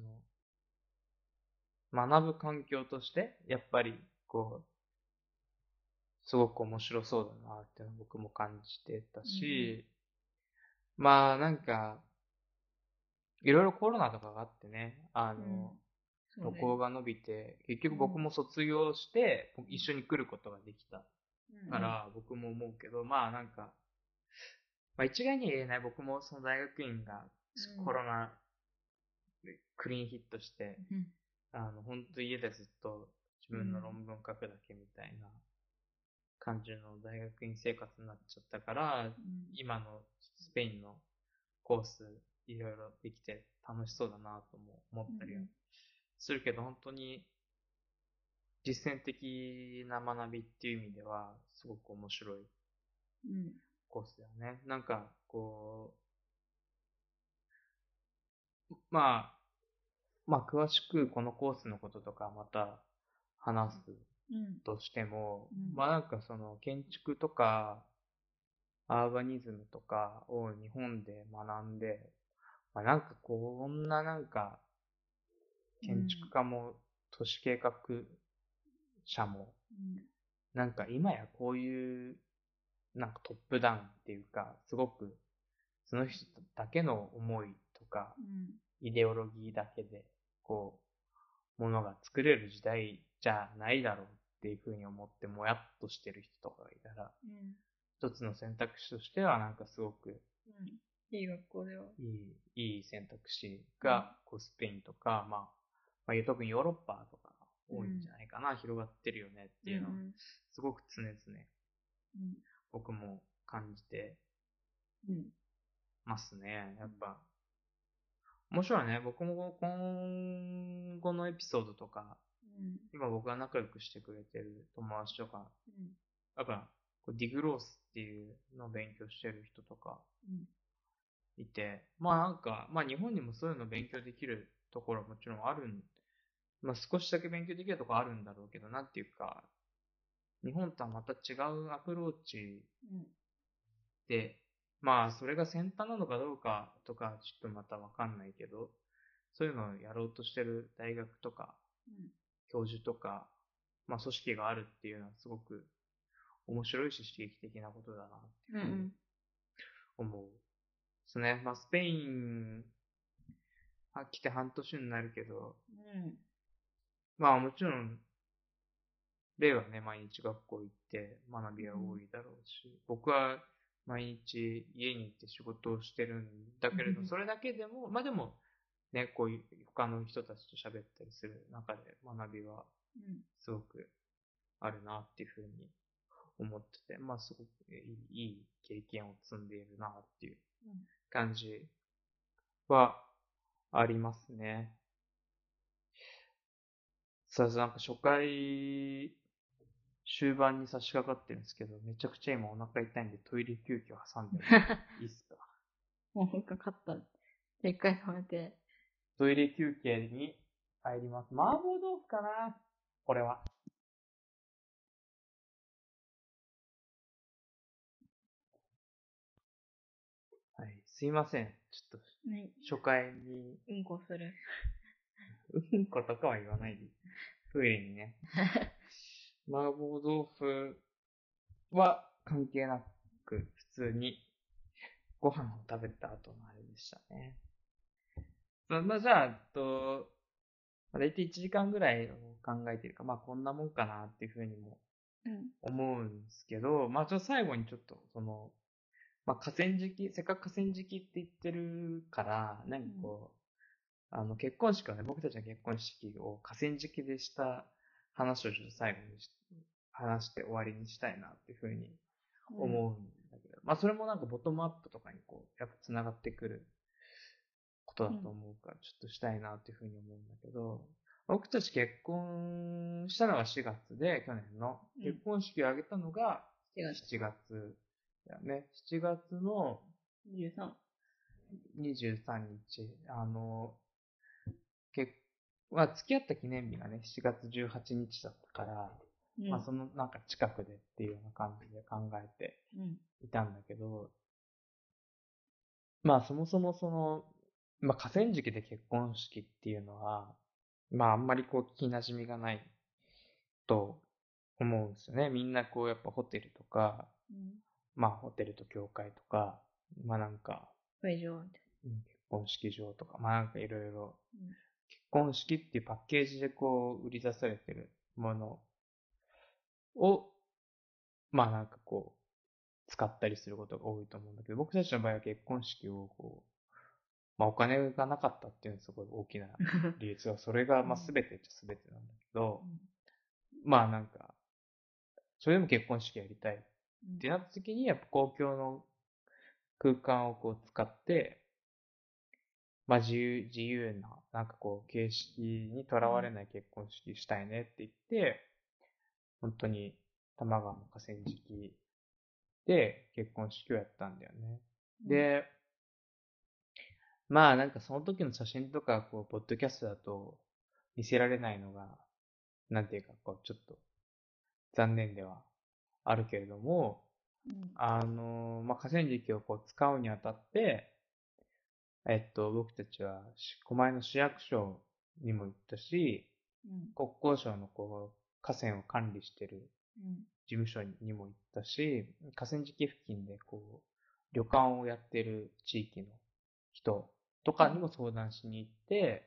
S1: 学ぶ環境として、やっぱりこう、すごく面白そうだなっていうのを僕も感じてた
S2: うん
S1: し、まあなんか、いろいろコロナとかがあってね、あ
S2: うんうん
S1: の、
S2: そうね。
S1: 旅行が伸びて、結局僕
S2: うん
S1: も卒業して、一緒に来ることができた
S2: うんうん
S1: から、僕も思うけど、まあなんか、まあ一概には言えない僕もその大学院がコロナクリーンヒットして、
S2: うん
S1: あの、本当家でずっと自分の論文書くだけみたいな感じの大学院生活になっちゃったから、今のスペインのコースいろいろできて楽しそうだなとも思ったりはするけど、本当に実践的な学びっていう意味ではすごく面白い
S2: うん
S1: コースだよね。なんか、こう、まあ、まあ詳しくこのコースのこととかまた話す
S2: うん
S1: としても、
S2: うん
S1: まあなんかその建築とかアーバニズムとかを日本で学んで、まあ、なんかこんななんか建築家も都市計画者もなんか今やこういうなんかトップダウンっていうかすごくその人だけの思いとかイデオロギーだけでこうものが作れる時代じゃないだろうっていうふうに思ってもやっとしてる人とかがいたら一つの選択肢としてはなんかすごく
S2: いい学校では。
S1: いい、いい選択肢が、こう、スペインとか、まあ、まあ、特にヨーロッパとか多いんじゃないかな、うん、広がってるよねっていうのは、すごく常々、僕も感じてますね。やっぱ、面白いね。僕も今後のエピソードとか、今僕が仲良くしてくれてる友達とか、やっぱ、ディグロースっていうのを勉強してる人とか、いて、まあなんか、まあ日本にもそういうの勉強できるところはもちろんあるん、まあ少しだけ勉強できるところあるんだろうけど、なんていうか、日本とはまた違うアプローチで、まあそれが先端なのかどうかとかちょっとまたわかんないけど、そういうのをやろうとしてる大学とか、教授とか、まあ組織があるっていうのはすごく面白いし刺激的なことだなっていうふうに思う。 そうね、まあ、スペイン、あ来て半年になるけど、
S2: うん。
S1: まあもちろん、例はね、毎日学校行って学びは多いだろうし、僕は毎日家に行って仕事をしてるんだけれど、それだけでも、まあでも、ね、こういう他の人たちと喋ったりする中で学びは
S2: うん。
S1: すごくあるなっていうふうに思ってて、まあすごくいいいい経験を積んでいるなっていう
S2: うん。
S1: 感じはありますね。さあ、なんか初回、終盤に差し掛かってるんですけど、めちゃくちゃ今お腹痛いんでトイレ休憩を挟んでもいいっすか？
S2: もうかかった。で一回止めて。
S1: トイレ休憩に入ります。麻婆豆腐かなこれは。はい。すいません。ちょっと、
S2: はい。
S1: 初回に、
S2: うんこする。
S1: うんことかは言わないで。トイレにね。麻婆豆腐は関係なく、普通にご飯を食べた後のあれでしたね。まあ、まあ、じゃあ、えっと、まあ大体いちじかんぐらいを考えてるか、まあこんなもんかなっていうふうにも
S2: うん。
S1: 思うんですけど、まあちょっと最後にちょっと、その、まあ河川敷、せっかく河川敷って言ってるから、なんかこう、あの結婚式はね、僕たちの結婚式を河川敷でした話をちょっと最後にし話して終わりにしたいなっていうふうに思うんだけど、まあそれもなんかボトムアップとかにこう、やっぱ繋がってくることだと思うから、ちょっとしたいなっていうふうに思うんだけど、僕たち結婚したのがしがつで、去年の。結婚式を挙げたのがしちがつだよね。しちがつの
S2: にじゅうさん。
S1: にじゅうさんにち、あの、結まあ、付き合った記念日がね、しちがつじゅうはちにちだったから、
S2: うん。
S1: まあ、そのなんか近くでっていうような感じで考えて
S2: うん。
S1: いたんだけど、まあ、そもそもその、まあ、河川敷で結婚式っていうのは、まあ、あんまりこう、聞き馴染みがないと思うんですよね。みんなこう、やっぱホテルとか、
S2: うん。
S1: まあ、ホテルと教会とか、まあなんか、
S2: 会場みたい
S1: うん結婚式場とか、まあなんかいろいろ、
S2: な。うん。
S1: 結婚式っていうパッケージでこう、売り出されてるものを、まあなんかこう、使ったりすることが多いと思うんだけど、僕たちの場合は結婚式をこう、まあお金がなかったっていうのはすごい大きな理由が、それがまあ全てっちゃ全てなんだけど、まあなんか、それでも結婚式やりたいってなった時に、やっぱ公共の空間をこう使って、まあ自由、自由な、なんかこう、形式にとらわれない結婚式したいねって言って、本当に多摩川の河川敷で結婚式をやったんだよね。で、まあなんかその時の写真とか、こう、ポッドキャストだと見せられないのが、なんていうか、こう、ちょっと残念ではあるけれども、
S2: うん。
S1: あの、まあ河川敷をこう使うにあたって、えっと、僕たちは、狛江の市役所にも行ったし、
S2: うん。
S1: 国交省のこう、河川を管理してる
S2: うん。
S1: 事務所にも行ったし、河川敷付近でこう、旅館をやってる地域の人とかにも相談しに行って、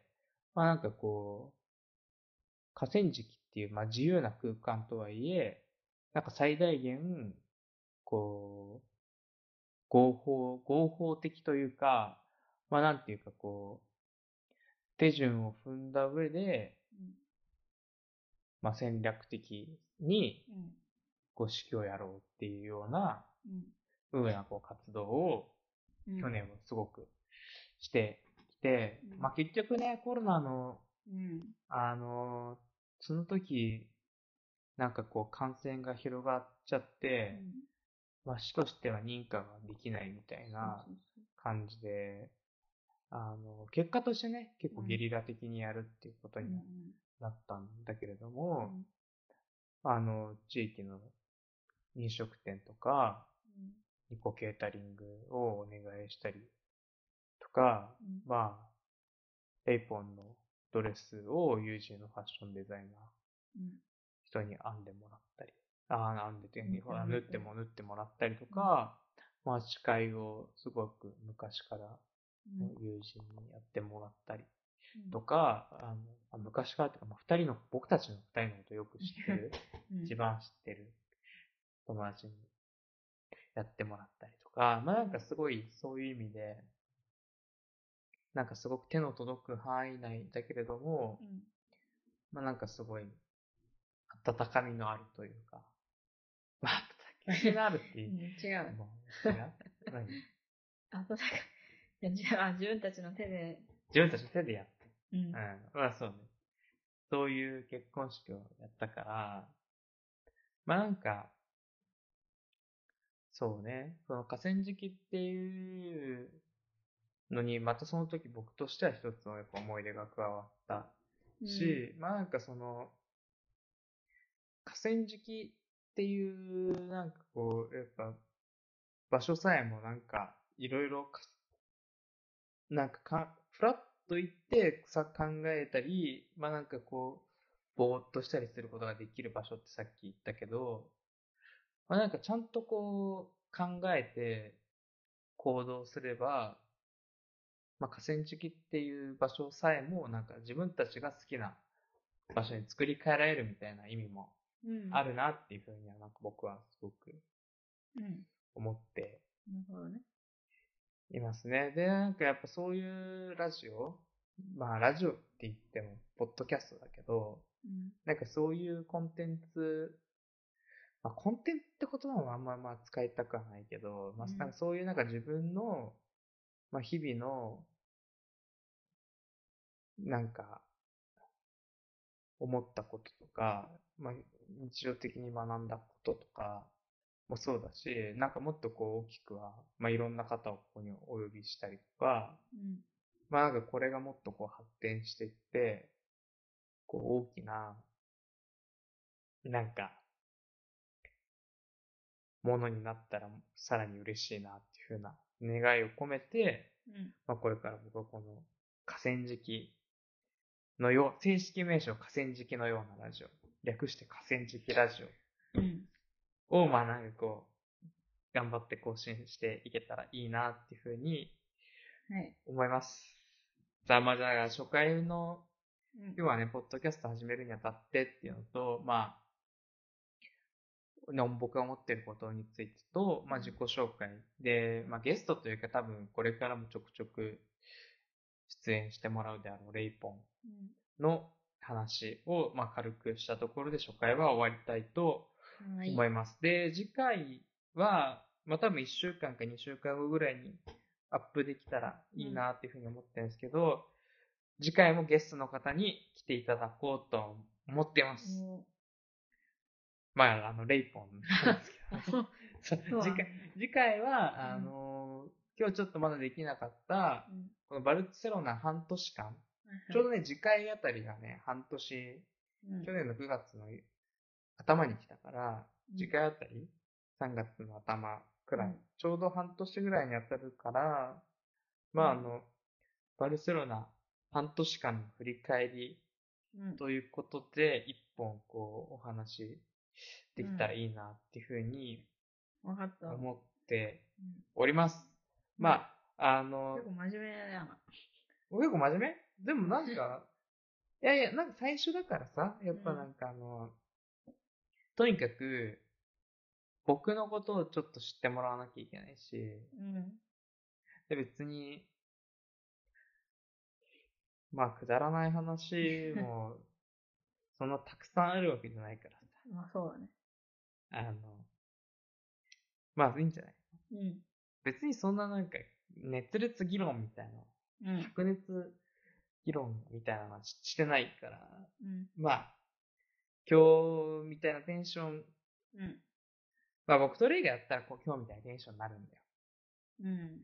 S1: まあなんかこう、河川敷っていうまあ自由な空間とはいえ、なんか最大限、こう、合法、合法的というか、まあなんていうかこう、手順を踏んだ上で、
S2: うん。
S1: まあ戦略的に、
S2: うん。
S1: こう式をやろうっていうような、
S2: うん。
S1: ふうなこう活動を
S2: うん。
S1: 去年はすごくしてきて、
S2: うん
S1: まあ結局ね、コロナの、
S2: うん。
S1: あの、その時、なんかこう感染が広がっちゃっ
S2: う
S1: て、
S2: ん。
S1: まあ市としては認可ができないみたいな
S2: そうそう
S1: 感じで、あの、結果としてね、結構
S2: うん
S1: ゲリラ的にやるっていうこと
S2: そう。う
S1: に
S2: ん。
S1: なったんだけれど
S2: う
S1: も、
S2: ん。
S1: あの、地域の飲食店とか、
S2: うん。
S1: ニコケータリングをお願いしたりとか、
S2: うん。
S1: まあ、レイポンのドレスを友人のファッションデザイナー
S2: うん。
S1: 人に編んでもらったり、ああ、編んでて、
S2: 縫ってもらったり
S1: 縫っても縫ってもらったりとか、 まあ司会をすごく昔から
S2: うん。
S1: 友人にやってもらったり
S2: うん
S1: とか、あの、あ昔からというか、まあ、二人の、僕たちの二人のことをよく知ってる、
S2: うん
S1: 一番知ってる友達にやってもらったりとか、まあなんかすごいそういう意味で、なんかすごく手の届く範囲内だけれども、
S2: うん
S1: まあなんかすごい温かみのあるというか、まあ温かみのあるっていうう、
S2: ん違う。
S1: もう違う何
S2: あ、そうだか。いや、じゃあ、自分たちの手で、
S1: 自分たちの手でやって。
S2: うん
S1: うん。まあそうね。そういう結婚式をやったから、まあなんか、そうね、その河川敷っていうのに、またその時僕としては一つのやっぱ思い出が加わった
S2: うん
S1: し、まあなんかその、河川敷っていう、なんかこう、やっぱ場所さえもなんか、いろいろか、なんかか、ふらっと行ってさ考えたり、まあなんかこう、ぼーっとしたりすることができる場所ってさっき言ったけど、まあなんかちゃんとこう、考えて行動すれば、まあ河川敷っていう場所さえもなんか自分たちが好きな場所に作り変えられるみたいな意味も
S2: うん。
S1: あるなっていうふうにはなんか僕はすごく
S2: うん。
S1: 思って
S2: なるほどね。
S1: いますね。で、なんかやっぱそういうラジオ、まあラジオって言っても、ポッドキャストだけど、
S2: うん。
S1: なんかそういうコンテンツ、まあコンテンツって言葉もあんままあ使いたくはないけど、まあなんかそういうなんか自分の、まあ日々の、なんか思ったこととか、まあ日常的に学んだこととかもそうだし、なんかもっとこう大きくは、まあいろんな方をここにお呼びしたりとか、
S2: うん。
S1: まあなんかこれがもっとこう発展していって、こう大きな、なんか、ものになったらさらに嬉しいなっていうふうな願いを込めて、
S2: うん。
S1: まあこれから僕はこの河川敷のよう、正式名称河川敷のようなラジオ、略して河川敷ラジ
S2: うん。
S1: オをまあなんかこう、頑張って更新していけたらいいなっていうふうに
S2: はい。
S1: 思います。さあまあじゃあ初回の、
S2: うん。
S1: 今日はね、ポッドキャスト始めるにあたってっていうのと、まあ、僕が思っていることについてと、まあ、自己紹介で、まあ、ゲストというか多分これからもちょくちょく出演してもらうであろうレイポ
S2: うん。
S1: ンの話を、まあ、軽くしたところで初回は終わりたいと
S2: はい。
S1: 思います。で、次回は、まあ、多分いっしゅうかんかにしゅうかんごぐらいにアップできたらいいなっていうふうに思ってるんですけど、次回もゲストの方に来ていただこうと思っています。
S2: お
S1: まあ、あの、レイポンなんですけど
S2: あ、
S1: ね。
S2: そう。
S1: そう
S2: そう
S1: 次回、次回は、あ
S2: うん
S1: のー今日ちょっとまだできなかった
S2: う、ん。
S1: このバルセロナ半年間、
S2: はいはい。
S1: ちょうどね、次回あたりがね、半年、
S2: うん。
S1: 去年のくがつの頭に来たから、
S2: うん
S1: 次回あたり、さんがつの頭くらい、
S2: うん
S1: ちょうど半年ぐらいに当たるから、まあ、あ
S2: うん
S1: の、バルセロナ半年間の振り返り
S2: うん。
S1: ということで、一本こう、お話できたらいいなっていうふうに
S2: わかった。
S1: 思って
S2: うん
S1: おります。
S2: うん
S1: まあ、あの
S2: 結、構真面目だな。
S1: 結構真面目でもなんか、いやいや、なんか最初だからさ、やっぱなんかあの、とにかく、僕のことをちょっと知ってもらわなきゃいけないし、
S2: うん。
S1: で別に、まあくだらない話も、そんなたくさんあるわけじゃないからさ、
S2: まあそうだね。
S1: あの、まあいいんじゃない
S2: うん。
S1: 別にそんななんか、熱烈議論みたいな、
S2: うん。
S1: 白熱議論みたいなのはししてないから、
S2: うん。
S1: まあ、今日みたいなテンション、
S2: うん。
S1: まあ僕とレイがやったらこう今日みたいなテンションになるんだよ。
S2: うん。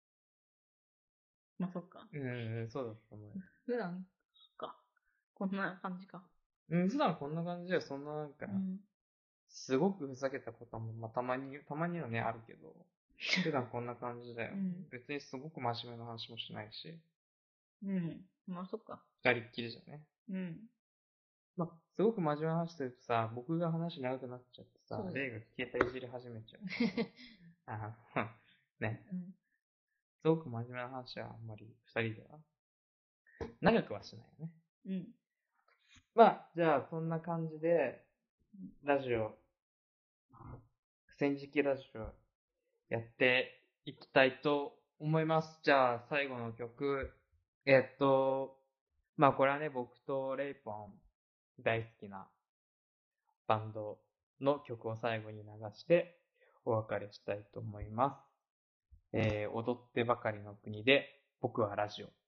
S2: まあそっか。
S1: うん、うんそうだと思うよ。
S2: 普段、そっか。こんな感じか。
S1: うん、普段こんな感じではそんななんか
S2: う、ん。
S1: すごくふざけたことも、まあたまに、たまにはね、あるけど、普段こんな感じだよ。
S2: うん
S1: 別にすごく真面目な話もしないし、
S2: うん。まあそっか。
S1: 二人っきりじゃね。
S2: うん。
S1: まあ、すごく真面目な話するとさ、僕が話長くなっちゃってさ
S2: そう、だよ
S1: レイが携帯いじり始めちゃうからさ。あのね。
S2: うん。
S1: すごく真面目な話はあんまり二人では長くはしないよね。
S2: うん。
S1: まあ、じゃあそんな感じで、ラジオ、河川敷ラジオやっていきたいと思います。じゃあ最後の曲、えっと、まあこれはね、僕とレイポン大好きなバンドの曲を最後に流してお別れしたいと思います。えー、踊ってばかりの国で僕はラジオ。